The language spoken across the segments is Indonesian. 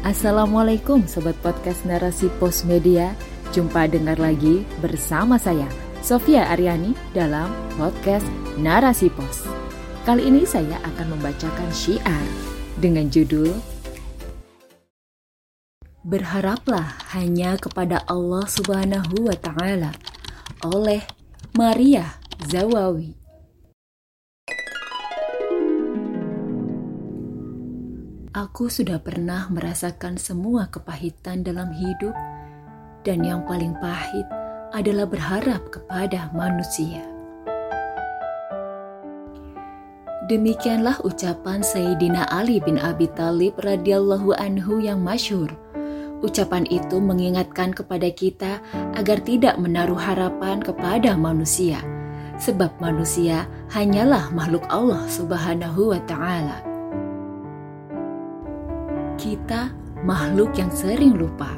Assalamualaikum Sobat Podcast Narasi Pos Media. Jumpa dengar lagi bersama saya, Sofia Aryani, dalam Podcast Narasi Pos. Kali ini saya akan membacakan syiar dengan judul Berharaplah hanya kepada Allah Subhanahu wa Ta'ala, oleh Maria Zawawi. Aku sudah pernah merasakan semua kepahitan dalam hidup, dan yang paling pahit adalah berharap kepada manusia. Demikianlah ucapan Sayyidina Ali bin Abi Thalib radhiyallahu anhu yang masyhur. Ucapan itu mengingatkan kepada kita agar tidak menaruh harapan kepada manusia, sebab manusia hanyalah makhluk Allah Subhanahu wa Ta'ala. Kita makhluk yang sering lupa.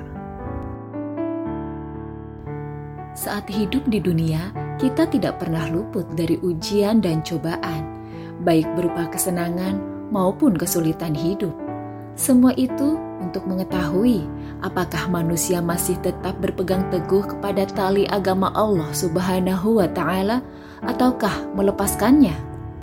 Saat hidup di dunia, kita tidak pernah luput dari ujian dan cobaan, baik berupa kesenangan maupun kesulitan hidup. Semua itu untuk mengetahui apakah manusia masih tetap berpegang teguh kepada tali agama Allah Subhanahu wa Ta'ala ataukah melepaskannya.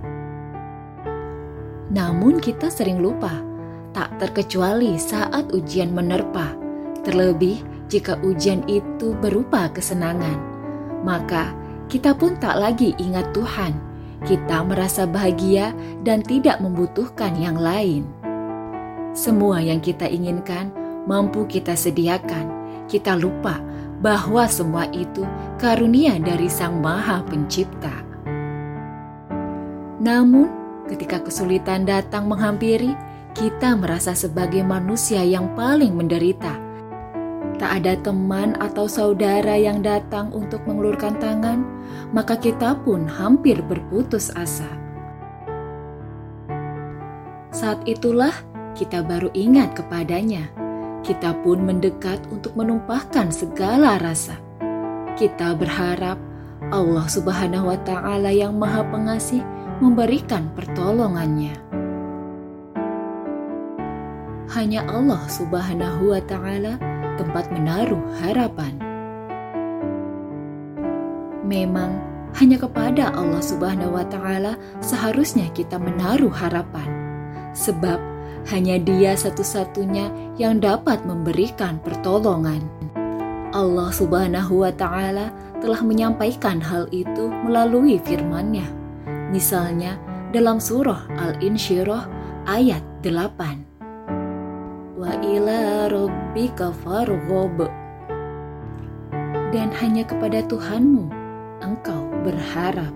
Namun kita sering lupa, tak terkecuali saat ujian menerpa, terlebih jika ujian itu berupa kesenangan. Maka kita pun tak lagi ingat Tuhan, kita merasa bahagia dan tidak membutuhkan yang lain. Semua yang kita inginkan mampu kita sediakan, kita lupa bahwa semua itu karunia dari Sang Maha Pencipta. Namun ketika kesulitan datang menghampiri, kita merasa sebagai manusia yang paling menderita. Tak ada teman atau saudara yang datang untuk mengulurkan tangan, maka kita pun hampir berputus asa. Saat itulah kita baru ingat kepadanya. Kita pun mendekat untuk menumpahkan segala rasa. Kita berharap Allah Subhanahu wa Ta'ala yang Maha Pengasih memberikan pertolongannya. Hanya Allah Subhanahu wa Ta'ala tempat menaruh harapan. Memang hanya kepada Allah Subhanahu wa Ta'ala seharusnya kita menaruh harapan, sebab hanya Dia satu-satunya yang dapat memberikan pertolongan. Allah Subhanahu wa Ta'ala telah menyampaikan hal itu melalui firman-Nya. Misalnya dalam surah Al-Insyirah ayat 8. Wa ila rabbika farghab. Dan hanya kepada Tuhanmu engkau berharap.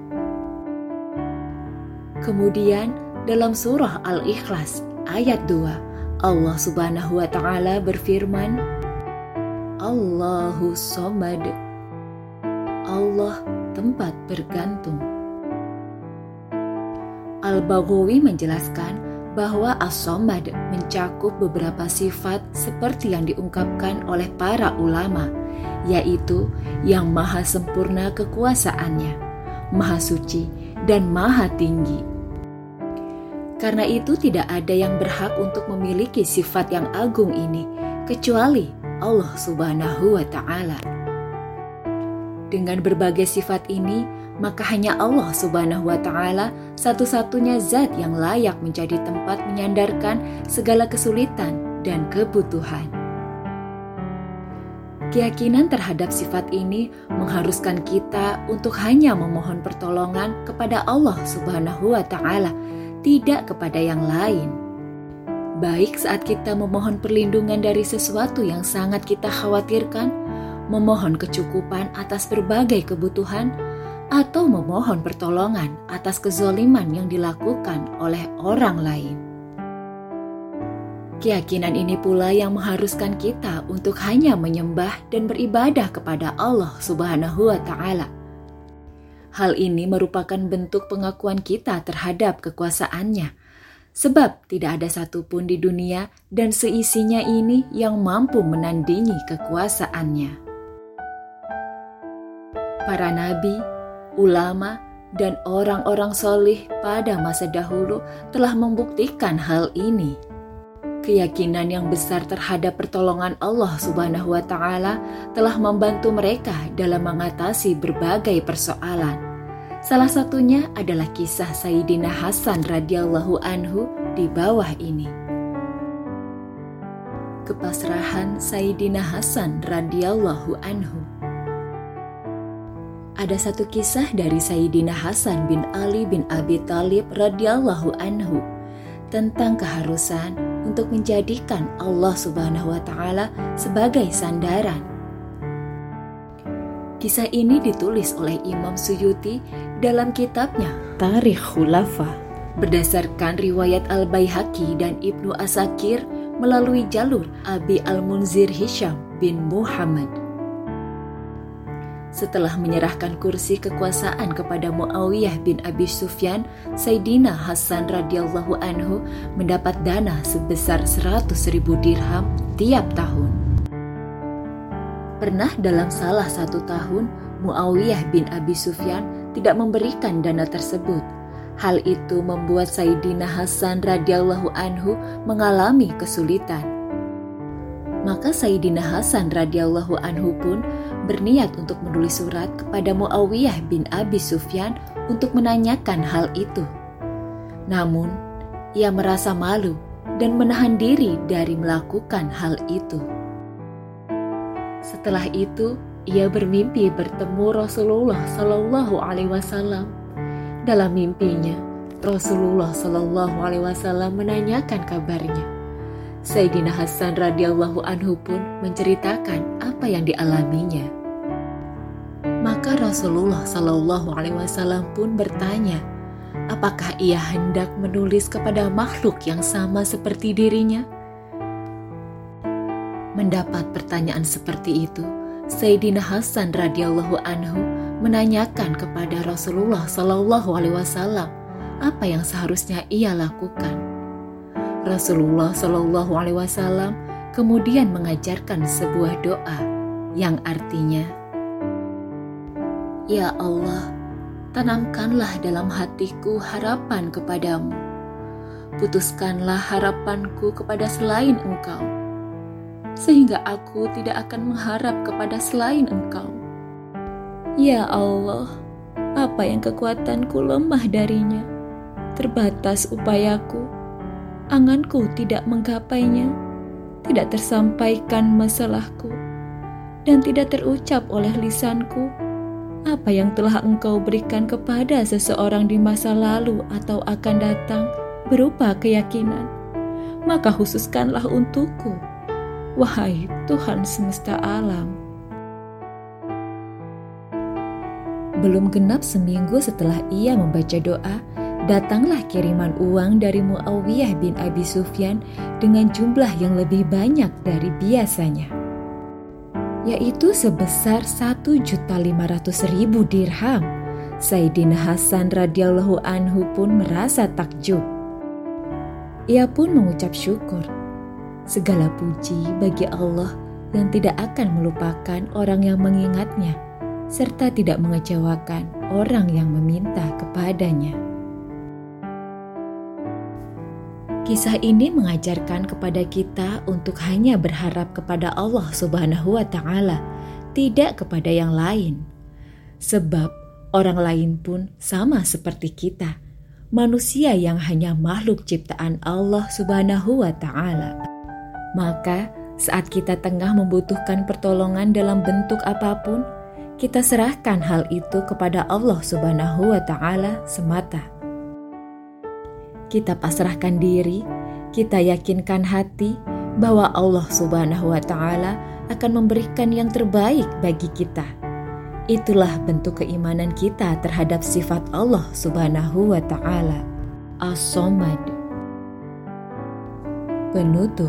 Kemudian dalam surah Al-Ikhlas ayat 2, Allah Subhanahu wa Ta'ala berfirman, Allahu Somad, Allah tempat bergantung. Al-Baghawi menjelaskan bahwa As-Somad mencakup beberapa sifat seperti yang diungkapkan oleh para ulama, yaitu yang maha sempurna kekuasaannya, maha suci, dan maha tinggi. Karena itu tidak ada yang berhak untuk memiliki sifat yang agung ini, kecuali Allah Subhanahu wa Ta'ala. Dengan berbagai sifat ini, maka hanya Allah Subhanahu wa Ta'ala satu-satunya zat yang layak menjadi tempat menyandarkan segala kesulitan dan kebutuhan. Keyakinan terhadap sifat ini mengharuskan kita untuk hanya memohon pertolongan kepada Allah Subhanahu wa Ta'ala, tidak kepada yang lain. Baik saat kita memohon perlindungan dari sesuatu yang sangat kita khawatirkan, memohon kecukupan atas berbagai kebutuhan, atau memohon pertolongan atas kezaliman yang dilakukan oleh orang lain. Keyakinan ini pula yang mengharuskan kita untuk hanya menyembah dan beribadah kepada Allah Subhanahu wa Ta'ala. Hal ini merupakan bentuk pengakuan kita terhadap kekuasaannya, sebab tidak ada satupun di dunia dan seisinya ini yang mampu menandingi kekuasaannya. Para nabi, ulama, dan orang-orang solih pada masa dahulu telah membuktikan hal ini. Keyakinan yang besar terhadap pertolongan Allah Subhanahu wa Ta'ala telah membantu mereka dalam mengatasi berbagai persoalan. Salah satunya adalah kisah Sayyidina Hasan radhiyallahu anhu di bawah ini. Kepasrahan Sayyidina Hasan radhiyallahu anhu. Ada satu kisah dari Sayyidina Hasan bin Ali bin Abi Thalib radhiyallahu anhu tentang keharusan untuk menjadikan Allah Subhanahu wa Ta'ala sebagai sandaran. Kisah ini ditulis oleh Imam Suyuti dalam kitabnya Tarikh Khulafa berdasarkan riwayat Al-Baihaqi dan Ibnu Asakir melalui jalur Abi Al-Munzir Hisham bin Muhammad. Setelah menyerahkan kursi kekuasaan kepada Muawiyah bin Abi Sufyan, Sayyidina Hasan radhiyallahu anhu mendapat dana sebesar 100.000 dirham tiap tahun. Pernah dalam salah satu tahun, Muawiyah bin Abi Sufyan tidak memberikan dana tersebut. Hal itu membuat Sayyidina Hasan radhiyallahu anhu mengalami kesulitan. Maka Sayyidina Hasan radhiyallahu anhu pun berniat untuk menulis surat kepada Muawiyah bin Abi Sufyan untuk menanyakan hal itu. Namun, ia merasa malu dan menahan diri dari melakukan hal itu. Setelah itu, ia bermimpi bertemu Rasulullah Shallallahu Alaihi Wasallam. Dalam mimpinya, Rasulullah Shallallahu Alaihi Wasallam menanyakan kabarnya. Sayyidina Hasan radhiyallahu anhu pun menceritakan apa yang dialaminya. Maka Rasulullah Shallallahu Alaihi Wasallam pun bertanya, apakah ia hendak menulis kepada makhluk yang sama seperti dirinya? Mendapat pertanyaan seperti itu, Sayyidina Hasan radhiyallahu anhu menanyakan kepada Rasulullah Shallallahu Alaihi Wasallam apa yang seharusnya ia lakukan. Rasulullah Shallallahu Alaihi Wasallam kemudian mengajarkan sebuah doa yang artinya, Ya Allah, tanamkanlah dalam hatiku harapan kepadamu. Putuskanlah harapanku kepada selain Engkau, sehingga aku tidak akan mengharap kepada selain Engkau. Ya Allah, apa yang kekuatanku lemah darinya, terbatas upayaku, anganku tidak menggapainya, tidak tersampaikan masalahku, dan tidak terucap oleh lisanku apa yang telah Engkau berikan kepada seseorang di masa lalu atau akan datang berupa keyakinan, maka khususkanlah untukku, wahai Tuhan semesta alam. Belum genap seminggu setelah ia membaca doa, datanglah kiriman uang dari Muawiyah bin Abi Sufyan dengan jumlah yang lebih banyak dari biasanya, yaitu sebesar 1.500.000 dirham. Sayyidina Hasan radhiyallahu anhu pun merasa takjub. Ia pun mengucap syukur. Segala puji bagi Allah yang tidak akan melupakan orang yang mengingatnya, serta tidak mengecewakan orang yang meminta kepadanya. Kisah ini mengajarkan kepada kita untuk hanya berharap kepada Allah Subhanahu wa Ta'ala, tidak kepada yang lain. Sebab orang lain pun sama seperti kita, manusia yang hanya makhluk ciptaan Allah Subhanahu wa Ta'ala. Maka saat kita tengah membutuhkan pertolongan dalam bentuk apapun, kita serahkan hal itu kepada Allah Subhanahu wa Ta'ala semata. Kita pasrahkan diri, kita yakinkan hati bahwa Allah Subhanahu wa Ta'ala akan memberikan yang terbaik bagi kita. Itulah bentuk keimanan kita terhadap sifat Allah Subhanahu wa Ta'ala. As-Samad. Penutup.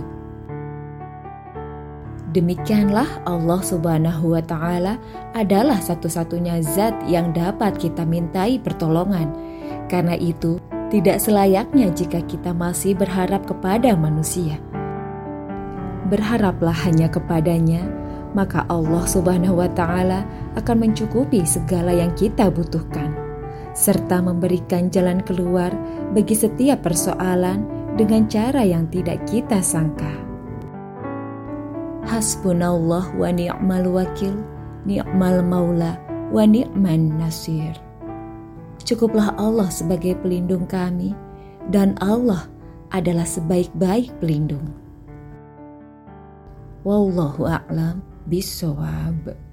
Demikianlah Allah Subhanahu wa Ta'ala adalah satu-satunya zat yang dapat kita mintai pertolongan. Karena itu, tidak selayaknya jika kita masih berharap kepada manusia. Berharaplah hanya kepadanya, maka Allah Subhanahu wa Ta'ala akan mencukupi segala yang kita butuhkan, serta memberikan jalan keluar bagi setiap persoalan dengan cara yang tidak kita sangka. Hasbunallah wa ni'mal wakil, ni'mal maula wa ni'man nasir. Cukuplah Allah sebagai pelindung kami, dan Allah adalah sebaik-baik pelindung. Wallahu a'lam bishawab.